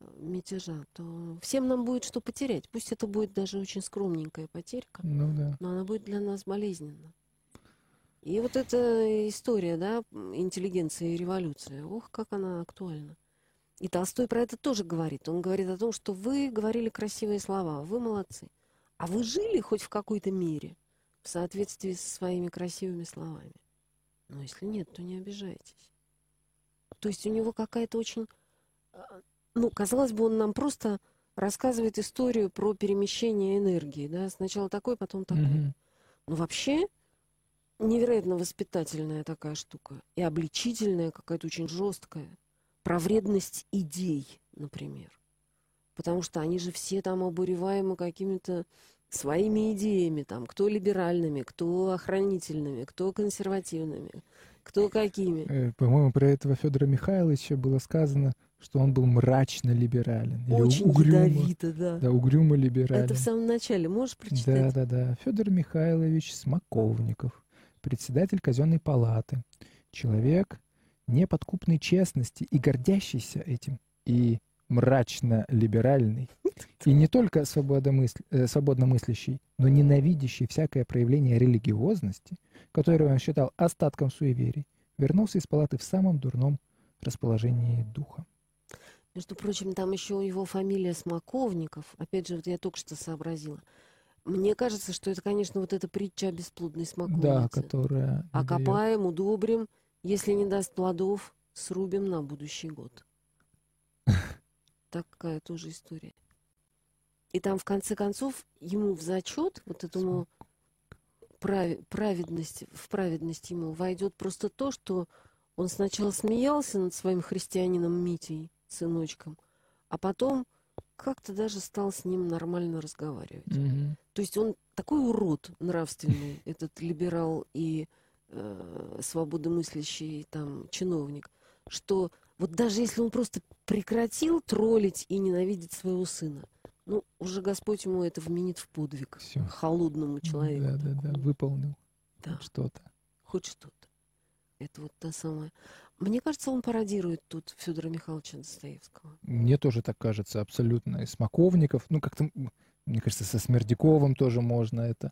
Speaker 3: мятежа, то всем нам будет что потерять. Пусть это будет даже очень скромненькая потерька,
Speaker 2: Ну да.
Speaker 3: но она будет для нас болезненна. И вот эта история, да, интеллигенция и революция, ох, как она актуальна. И Толстой про это тоже говорит. Он говорит о том, что вы говорили красивые слова, вы молодцы. А вы жили хоть в какой-то мере в соответствии со своими красивыми словами? Но если нет, то не обижайтесь. То есть у него какая-то очень... Ну, казалось бы, он нам просто рассказывает историю про перемещение энергии, да, сначала такой, потом такой.
Speaker 2: Мгм.
Speaker 3: Но вообще невероятно воспитательная такая штука. И обличительная, какая-то очень жесткая. Про вредность идей, например. Потому что они же все там обуреваемы какими-то своими идеями. Там, кто либеральными, кто охранительными, кто консервативными, кто какими.
Speaker 2: По-моему, про этого Федора Михайловича было сказано, что он был мрачно либерален. Или
Speaker 3: Очень
Speaker 2: угрюмо.
Speaker 3: ядовито, да.
Speaker 2: Да, угрюмо либерален.
Speaker 3: Это в самом начале. Можешь прочитать?
Speaker 2: Да. Федор Михайлович Смоковников, председатель казенной палаты, человек неподкупной честности и гордящийся этим, и мрачно-либеральный, и не только свободно мыслящий, но ненавидящий всякое проявление религиозности, которое он считал остатком суеверий, вернулся из палаты в самом дурном расположении духа.
Speaker 3: Между прочим, там еще у него фамилия Смоковников. Опять же, вот я только что сообразила. Мне кажется, что это, конечно, вот эта притча о бесплодной смоковнице.
Speaker 2: Да, которая...
Speaker 3: Окопаем, удобрим, если не даст плодов, срубим на будущий год. Такая тоже история. И там, в конце концов, ему в зачет, вот этому в праведность ему войдет просто то, что он сначала смеялся над своим христианином Митей, сыночком, а потом как-то даже стал с ним нормально разговаривать.
Speaker 2: Мгм.
Speaker 3: То есть он такой урод нравственный, этот либерал и свободомыслящий там чиновник, что вот даже если он просто прекратил троллить и ненавидеть своего сына, ну, уже Господь ему это вменит в подвиг.
Speaker 2: Всё.
Speaker 3: Холодному человеку.
Speaker 2: Да,
Speaker 3: такому.
Speaker 2: выполнил
Speaker 3: Да,
Speaker 2: что-то.
Speaker 3: хоть что-то. Это вот та самая... Мне кажется, он пародирует тут Федора Михайловича Достоевского.
Speaker 2: Мне тоже так кажется, абсолютно. И Смоковников, ну, как-то, мне кажется, со Смердяковым тоже можно это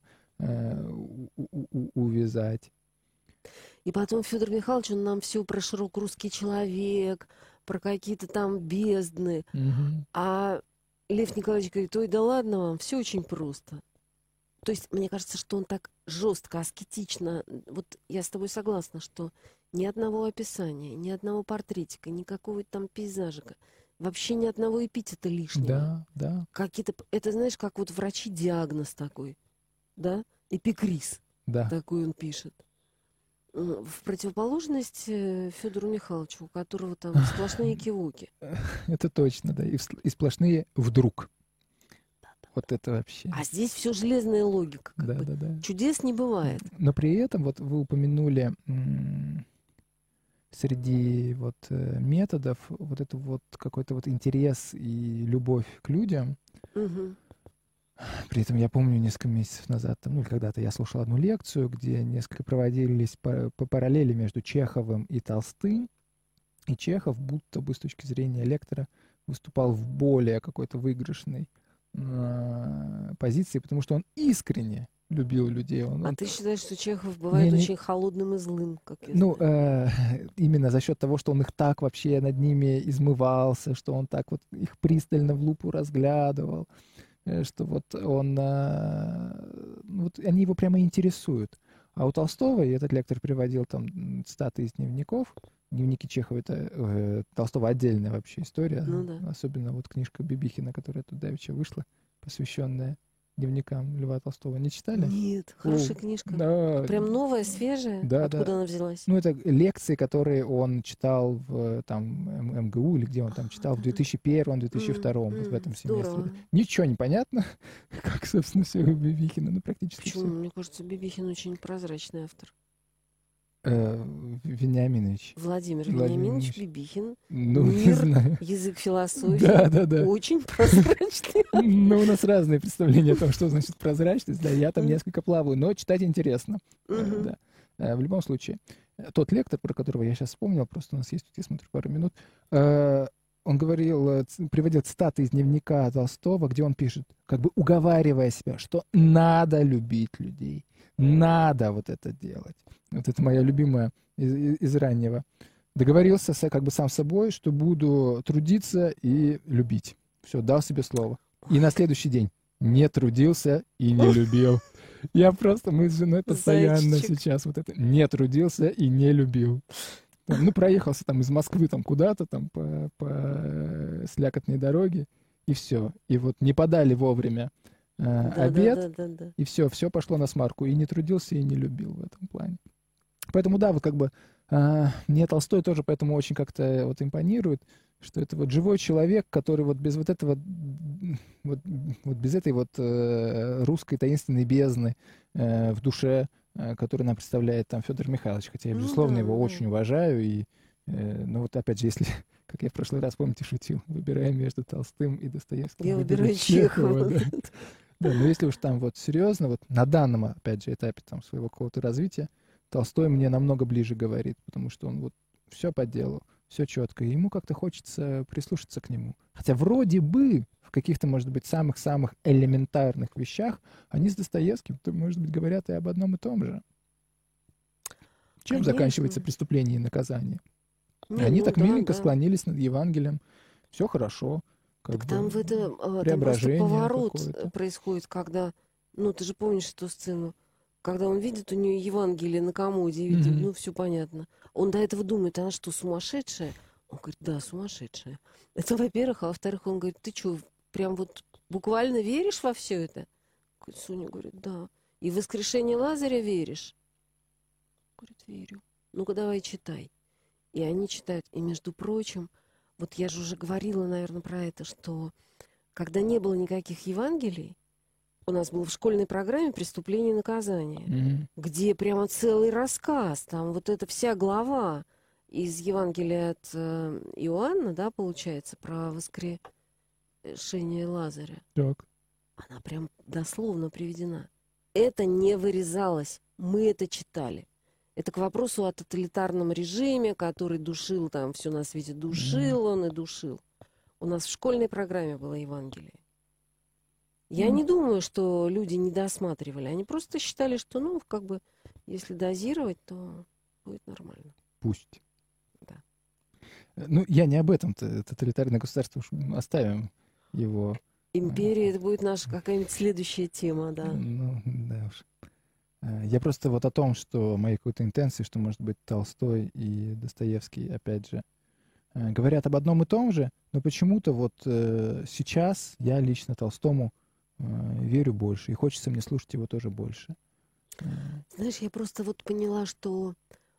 Speaker 2: увязать.
Speaker 3: И потом Федор Михайлович, он нам все про широкий русский человек, про какие-то там бездны.
Speaker 2: Мгм.
Speaker 3: А Лев Николаевич говорит, ой, да ладно вам, все очень просто. То есть, мне кажется, что он так жестко, аскетично. Вот я с тобой согласна, что ни одного описания, ни одного портретика, никакого там пейзажика, вообще ни одного эпитета лишнего.
Speaker 2: Да.
Speaker 3: Какие-то, это знаешь, как вот врачи диагноз такой, да? Эпикриз
Speaker 2: Да.
Speaker 3: такой он пишет. В противоположность Федору Михайловичу, у которого там сплошные кивоки.
Speaker 2: Это точно, да. И сплошные вдруг. Вот это вообще.
Speaker 3: А здесь все железная логика. как бы.
Speaker 2: Да.
Speaker 3: Чудес не бывает.
Speaker 2: Но при этом, вот вы упомянули среди вот методов вот это вот какой-то вот интерес и любовь к людям.
Speaker 3: Мгм.
Speaker 2: При этом я помню несколько месяцев назад, ну или когда-то я слушал одну лекцию, где несколько проводились по параллели между Чеховым и Толстым. И Чехов, будто бы с точки зрения лектора, выступал в более какой-то выигрышной позиции, потому что он искренне любил людей.
Speaker 3: А ты считаешь, что Чехов бывает очень холодным и злым, как я знаю?
Speaker 2: Именно за счет того, что он их так вообще над ними измывался, что он так вот их пристально в лупу разглядывал, что вот он... вот они его прямо интересуют. А у Толстого, и этот лектор приводил там цитаты из дневников, дневники Чехова, это Толстого отдельная вообще история,
Speaker 3: Ну да.
Speaker 2: особенно вот книжка Бибихина, которая тут давеча вышла, посвященная дневникам Льва Толстого. Не читали?
Speaker 3: Нет, хорошая книжка.
Speaker 2: Да.
Speaker 3: Прям новая, свежая?
Speaker 2: Да,
Speaker 3: Откуда
Speaker 2: да.
Speaker 3: она взялась?
Speaker 2: Ну, это лекции, которые он читал в там, МГУ, или где он там читал, в 2001-2002, вот в этом семестре.
Speaker 3: Здорово.
Speaker 2: Ничего не понятно, как, собственно, все у Бибихина, ну, практически
Speaker 3: Почему?
Speaker 2: все.
Speaker 3: Мне кажется, Бибихин очень прозрачный автор.
Speaker 2: Вениаминович.
Speaker 3: Владимир
Speaker 2: Владимирович.
Speaker 3: Вениаминович Бибихин.
Speaker 2: Ну, не
Speaker 3: Мир,
Speaker 2: знаю.
Speaker 3: язык философии.
Speaker 2: Да.
Speaker 3: Очень прозрачный.
Speaker 2: Ну, у нас разные представления о том, что значит прозрачность. Да, я там несколько плаваю, но читать интересно.
Speaker 3: Мгм.
Speaker 2: Да. В любом случае, тот лектор, про которого я сейчас вспомнил, просто у нас есть, я смотрю, пару минут, он говорил, приводил цитаты из дневника Толстого, где он пишет, как бы уговаривая себя, что надо любить людей, надо вот это делать. Вот это моя любимая из раннего. Договорился как бы сам с собой, что буду трудиться и любить. Все, дал себе слово. И на следующий день не трудился и не любил. Мы с женой постоянно сейчас вот это не трудился и не любил. Ну, проехался там из Москвы там куда-то там по слякотной дороге, и все. И вот не подали вовремя обед, и все пошло на смарку. И не трудился, и не любил в этом плане. Поэтому, да, вот как бы мне Толстой тоже поэтому очень как-то вот импонирует, что это вот живой человек, который вот без вот этого, вот без этой вот русской таинственной бездны в душе, который нам представляет там Федор Михайлович, хотя я, безусловно, его очень уважаю, и, ну вот опять же, если, как я в прошлый раз, помните, шутил, выбирая между Толстым и Достоевским.
Speaker 3: Я выбираю Чехова.
Speaker 2: Да, но если уж там вот серьезно, вот на данном, опять же, этапе там своего какого-то развития, Толстой мне намного ближе говорит, потому что он вот все по делу, все четко, и ему как-то хочется прислушаться к нему. Хотя вроде бы в каких-то, может быть, самых-самых элементарных вещах они с Достоевским, может быть, говорят и об одном и том же. Чем заканчивается преступление и наказание? Они так миленько склонились над Евангелием, все хорошо.
Speaker 3: Так там в этом просто поворот происходит, когда, ну ты же помнишь эту сцену, когда он видит у нее Евангелие на комоде, видит, ну, все понятно. Он до этого думает, она что, сумасшедшая? Он говорит, да, сумасшедшая. Это, во-первых. А во-вторых, он говорит, ты что, прям вот буквально веришь во все это? Суня говорит, да. И в воскрешение Лазаря веришь? Говорит, верю. Ну-ка, давай читай. И они читают. И, между прочим, вот я же уже говорила, наверное, про это, что когда не было никаких Евангелий, у нас был в школьной программе «Преступление и наказание», где прямо целый рассказ, там вот эта вся глава из Евангелия от Иоанна, да, получается, про воскрешение Лазаря.
Speaker 2: Так.
Speaker 3: Она прям дословно приведена. Это не вырезалось, мы это читали. Это к вопросу о тоталитарном режиме, который душил там, все на свете душил, он и душил. У нас в школьной программе было Евангелие. Я не думаю, что люди не досматривали. Они просто считали, что, ну, как бы, если дозировать, то будет нормально.
Speaker 2: Пусть.
Speaker 3: Да.
Speaker 2: Ну, я не об этом. Тоталитарное государство уж оставим его.
Speaker 3: Империя, это будет наша какая-нибудь следующая тема, да.
Speaker 2: Ну, да уж. Я просто вот о том, что моей какой-то интенции, что, может быть, Толстой и Достоевский, опять же, говорят об одном и том же, но почему-то вот сейчас я лично Толстому верю больше, и хочется мне слушать его тоже больше.
Speaker 3: Знаешь, я просто вот поняла, что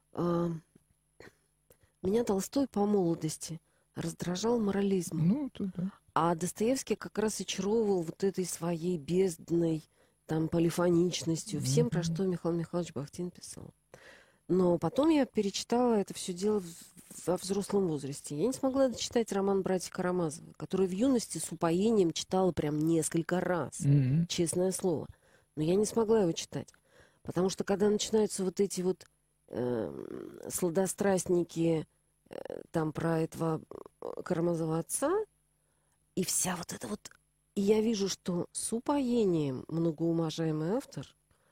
Speaker 3: меня Толстой по молодости раздражал морализмом.
Speaker 2: Ну, то да.
Speaker 3: А Достоевский как раз очаровывал вот этой своей бездной, там, полифоничностью, всем, про что Михаил Михайлович Бахтин писал. Но потом я перечитала это все дело во взрослом возрасте. Я не смогла дочитать роман «Братья Карамазовы», который в юности с упоением читала прям несколько раз, честное слово. Но я не смогла его читать. Потому что когда начинаются вот эти вот сладострастники там про этого Карамазова отца, и вся вот эта вот... И я вижу, что с упоением многоуважаемый автор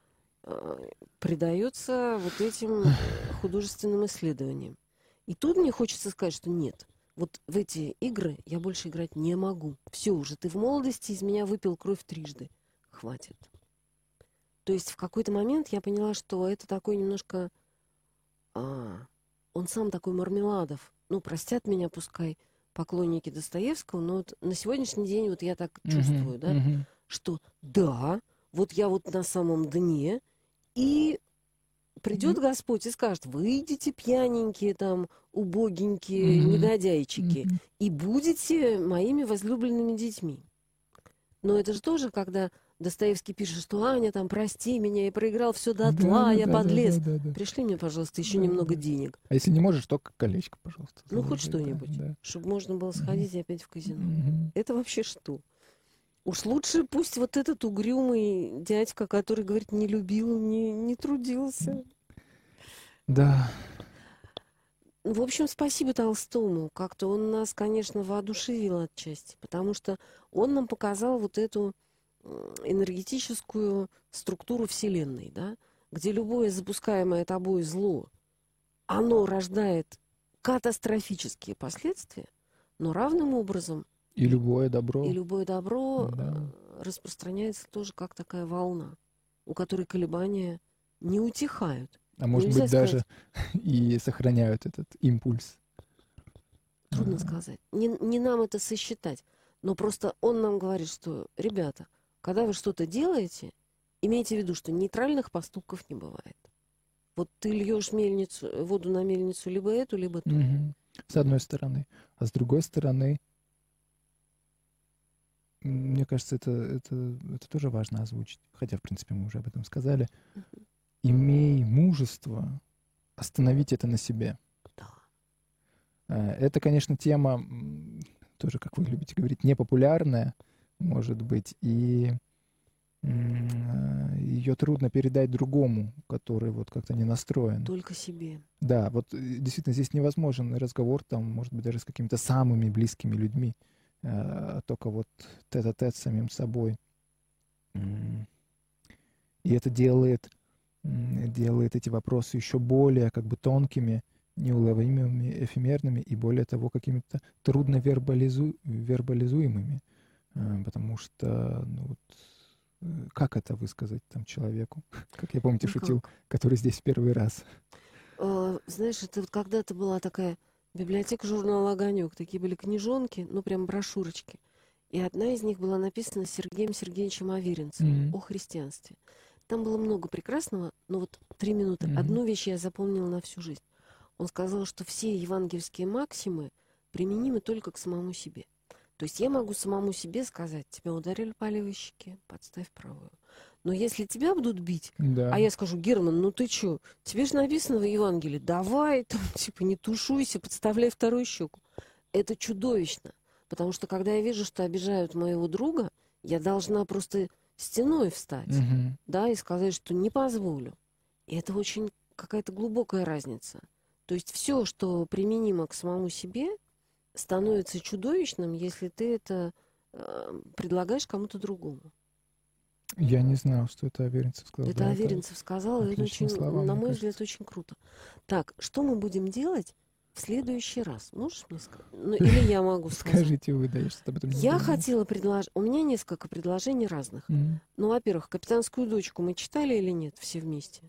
Speaker 3: предается вот этим художественным исследованиям. И тут мне хочется сказать, что нет, вот в эти игры я больше играть не могу. Все уже, ты в молодости из меня выпил кровь трижды. Хватит. То есть в какой-то момент я поняла, что это такой немножко... он сам такой Мармеладов. Ну, простят меня, пускай, поклонники Достоевского, но вот на сегодняшний день вот я так чувствую, да, что да, вот я вот на самом дне, и придет Господь и скажет, вы идите пьяненькие там, убогенькие негодяйчики, и будете моими возлюбленными детьми. Но это же тоже, когда Достоевский пишет, что Аня, там, прости меня, я проиграл все дотла, я подлез. Да. Пришли мне, пожалуйста, еще немного денег.
Speaker 2: А если не можешь, то колечко, пожалуйста.
Speaker 3: Ну, хоть что-нибудь, чтобы можно было сходить опять в казино. Это вообще что? Уж лучше пусть вот этот угрюмый дядька, который, говорит, не любил, не трудился.
Speaker 2: Да.
Speaker 3: В общем, спасибо Толстому. Как-то он нас, конечно, воодушевил отчасти, потому что он нам показал вот эту энергетическую структуру Вселенной, да, где любое запускаемое тобой зло, оно рождает катастрофические последствия, но равным образом
Speaker 2: И любое добро.
Speaker 3: Да. Распространяется тоже как такая волна, у которой колебания не утихают.
Speaker 2: А может
Speaker 3: Нельзя
Speaker 2: быть, даже
Speaker 3: сказать.
Speaker 2: и сохраняют этот импульс.
Speaker 3: Трудно сказать. Не нам это сосчитать. Но просто он нам говорит, что, ребята, когда вы что-то делаете, имейте в виду, что нейтральных поступков не бывает. Вот ты льешь воду на мельницу либо эту, либо ту.
Speaker 2: С одной стороны. А с другой стороны, мне кажется, это тоже важно озвучить. Хотя, в принципе, мы уже об этом сказали. Имей мужество остановить это на себе.
Speaker 3: Да.
Speaker 2: Это, конечно, тема, тоже, как вы любите говорить, непопулярная, может быть, и ее трудно передать другому, который вот как-то не настроен.
Speaker 3: Только себе.
Speaker 2: Да, вот действительно здесь невозможен разговор, там, может быть, даже с какими-то самыми близкими людьми, только вот тет-а-тет с самим собой. И это делает эти вопросы еще более как бы тонкими, неуловимыми, эфемерными и, более того, какими-то трудно вербализуемыми. Потому что, ну, вот, как это высказать там человеку, как я, помните, шутил, который здесь в первый раз?
Speaker 3: Знаешь, это вот когда-то была такая библиотека журнала «Огонек». Такие были книжонки, ну, прям брошюрочки. И одна из них была написана Сергеем Сергеевичем Аверинцевым о христианстве. Там было много прекрасного, но вот 3 минуты. Одну вещь я запомнила на всю жизнь. Он сказал, что все евангельские максимы применимы только к самому себе. То есть я могу самому себе сказать: тебя ударили по левой щеке, подставь правую. Но если тебя будут бить,
Speaker 2: Да.
Speaker 3: а я скажу: Герман, ну ты чё, тебе же написано в Евангелии, давай, там, типа, не тушуйся, подставляй вторую щеку. Это чудовищно. Потому что когда я вижу, что обижают моего друга, я должна просто стеной встать, да, и сказать, что не позволю. И это очень какая-то глубокая разница. То есть все, что применимо к самому себе, становится чудовищным, если ты это предлагаешь кому-то другому.
Speaker 2: Я не знал, что это Аверинцев сказал.
Speaker 3: Это Аверинцев сказал, и это очень,
Speaker 2: слова,
Speaker 3: на мой взгляд, очень круто. Так, что мы будем делать в следующий раз? Можешь мне сказать? Ну, или я могу сказать?
Speaker 2: Скажите вы, да, я что-то об этом не
Speaker 3: Я
Speaker 2: думал.
Speaker 3: хотела предложить... У меня несколько предложений разных. Ну, во-первых, «Капитанскую дочку» мы читали или нет все вместе?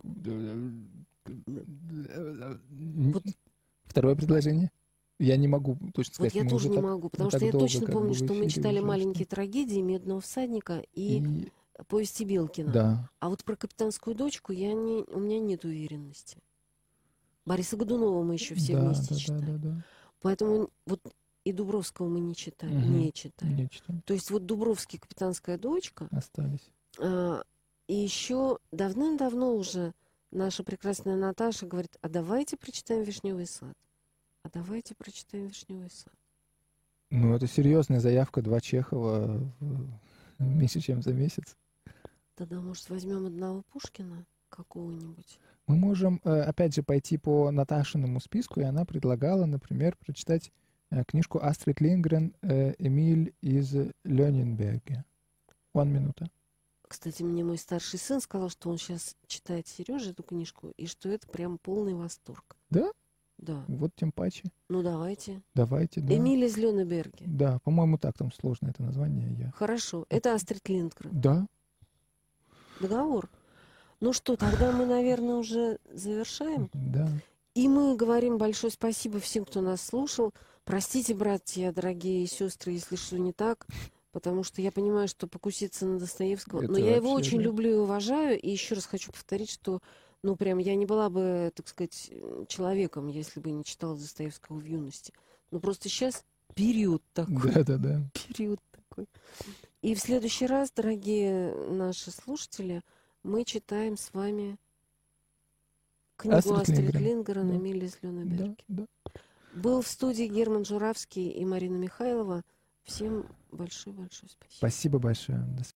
Speaker 2: Вот. Второе предложение? Я не могу точно сказать.
Speaker 3: Вот я тоже не могу, потому что я точно помню, что мы читали
Speaker 2: уже,
Speaker 3: «Маленькие трагедии», «Медного всадника» и «Повести Белкина».
Speaker 2: Да.
Speaker 3: А вот про «Капитанскую дочку» у меня нет уверенности. Бориса Годунова мы еще все вместе читали.
Speaker 2: Да.
Speaker 3: Поэтому вот и Дубровского мы не читали. Не читали. То есть вот Дубровский «Капитанская дочка».
Speaker 2: Остались.
Speaker 3: И еще давным-давно уже наша прекрасная Наташа говорит: а давайте прочитаем «Вишневый сад». А давайте прочитаем «Вишневый сад».
Speaker 2: Ну, это серьезная заявка, 2 Чехова меньше, чем за месяц.
Speaker 3: Тогда, может, возьмем одного Пушкина какого-нибудь?
Speaker 2: Мы можем, опять же, пойти по Наташиному списку, и она предлагала, например, прочитать книжку Астрид Линдгрен «Эмиль из Лёнинберга». 1 минута.
Speaker 3: Кстати, мне мой старший сын сказал, что он сейчас читает Сереже эту книжку, и что это прям полный восторг.
Speaker 2: Да?
Speaker 3: Да.
Speaker 2: Вот тем паче.
Speaker 3: Ну, давайте.
Speaker 2: Давайте, да.
Speaker 3: «Эмиль из Лёнеберге».
Speaker 2: Да, по-моему, так там сложно это название.
Speaker 3: Хорошо. Это Астрид Линдгрен.
Speaker 2: Да.
Speaker 3: Договор. Ну что, тогда мы, наверное, уже завершаем.
Speaker 2: Да.
Speaker 3: И мы говорим большое спасибо всем, кто нас слушал. Простите, братья, дорогие сестры, если что не так, потому что я понимаю, что покуситься на Достоевского...
Speaker 2: Это
Speaker 3: но я его
Speaker 2: вообще,
Speaker 3: очень
Speaker 2: да.
Speaker 3: люблю и уважаю. И еще раз хочу повторить, что, ну, прям я не была бы, так сказать, человеком, если бы не читала Достоевского в юности. Ну, просто сейчас период такой.
Speaker 2: Да.
Speaker 3: Период такой. И в следующий раз, дорогие наши слушатели, мы читаем с вами книгу Астрид Линдгрен «Эмиль из Лёнеберге».
Speaker 2: Да.
Speaker 3: Был в студии Герман Журавский и Марина Михайлова. Всем большое-большое спасибо.
Speaker 2: Спасибо большое. До